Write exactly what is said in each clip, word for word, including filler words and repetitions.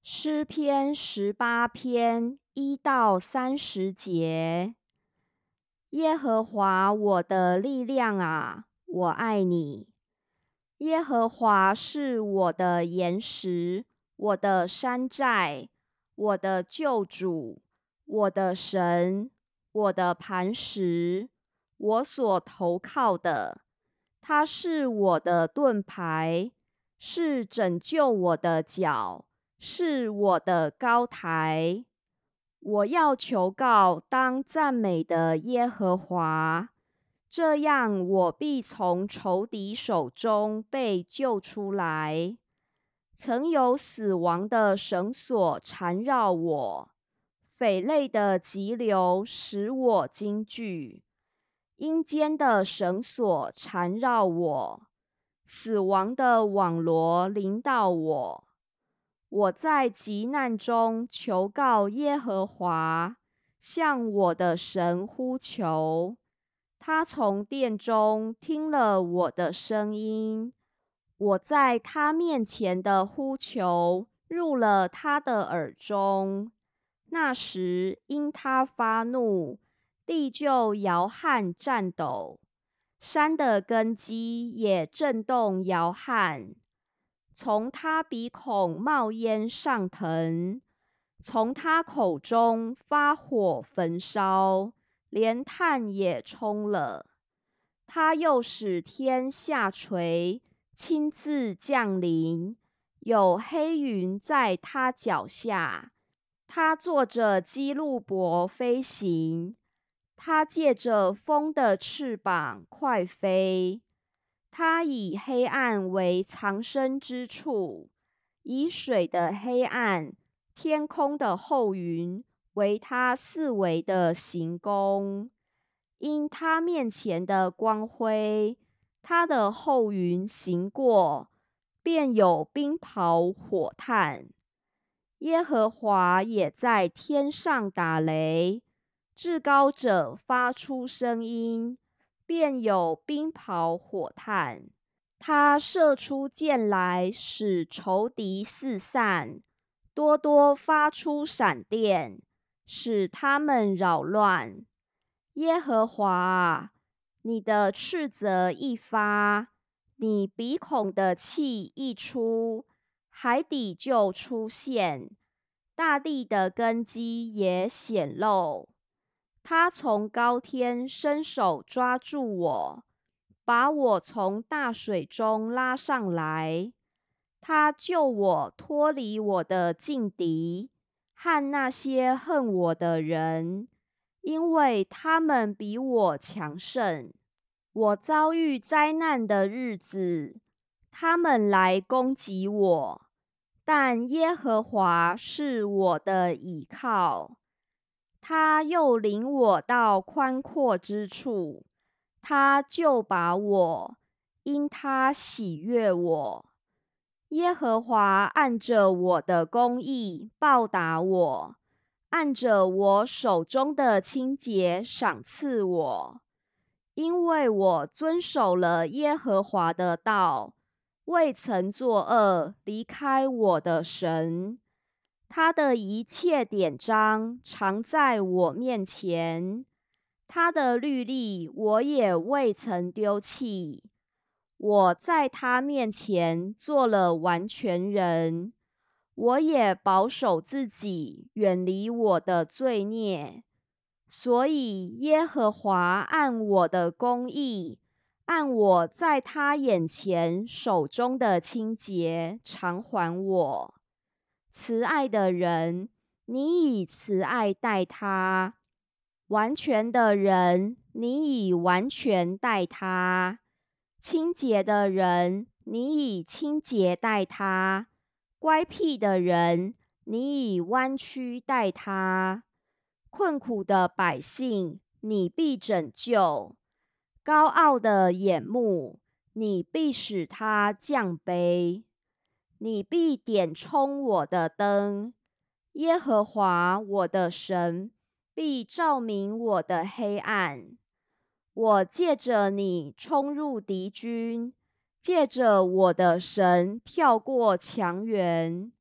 诗篇十八篇一到三十节。耶和华我的力量啊，我爱你。耶和华是我的岩石，我的山寨，我的救主，我的神，我的磐石，我所投靠的。他是我的盾牌，是拯救我的脚，是我的高台。我要求告当赞美的耶和华，这样我必从仇敌手中被救出来。曾有死亡的绳索缠绕我，匪类的急流使我惊惧。阴间的绳索缠绕我，死亡的网罗临到我。我在急难中求告耶和华，向我的神呼求。他从殿中听了我的声音，我在他面前的呼求入了他的耳中。那时因他发怒，地就摇撼颤抖，山的根基也震动摇撼。从他鼻孔冒烟上腾，从他口中发火焚烧，连炭也冲了。他又使天下垂，亲自降临，有黑云在他脚下。他坐着基路伯飞行，他借着风的翅膀快飞。他以黑暗为藏身之处，以水的黑暗、天空的厚云为他四围的行宫。因他面前的光辉，他的厚云行过，便有冰雹火炭。耶和华也在天上打雷，至高者发出声音，便有冰雹火炭。他射出箭来，使仇敌四散，多多发出闪电，使他们扰乱。耶和华啊，你的斥责一发，你鼻孔的气一出，海底就出现，大地的根基也显露。他从高天伸手抓住我，把我从大水中拉上来。他救我脱离我的劲敌和那些恨我的人，因为他们比我强盛。我遭遇灾难的日子，他们来攻击我，但耶和华是我的倚靠。他又领我到宽阔之处，他就把我，因他喜悦我。耶和华按着我的公义报答我，按着我手中的清洁赏赐我。因为我遵守了耶和华的道，未曾作恶，离开我的神。他的一切典章常在我面前，他的律例我也未曾丢弃。我在他面前做了完全人，我也保守自己，远离我的罪孽。所以耶和华按我的公义，按我在他眼前手中的清洁偿还我。慈爱的人，你以慈爱待他；完全的人，你以完全待他；清洁的人，你以清洁待他；乖僻的人，你以弯曲待他。困苦的百姓，你必拯救；高傲的眼目，你必使他降卑。你必点充我的灯，耶和华我的神必照明我的黑暗。我借着你冲入敌军，借着我的神跳过墙垣。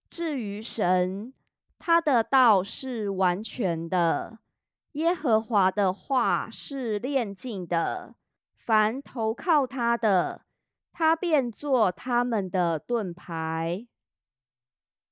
至于神，他的道是完全的，耶和华的话是炼净的。凡投靠他的，他便做他们的盾牌。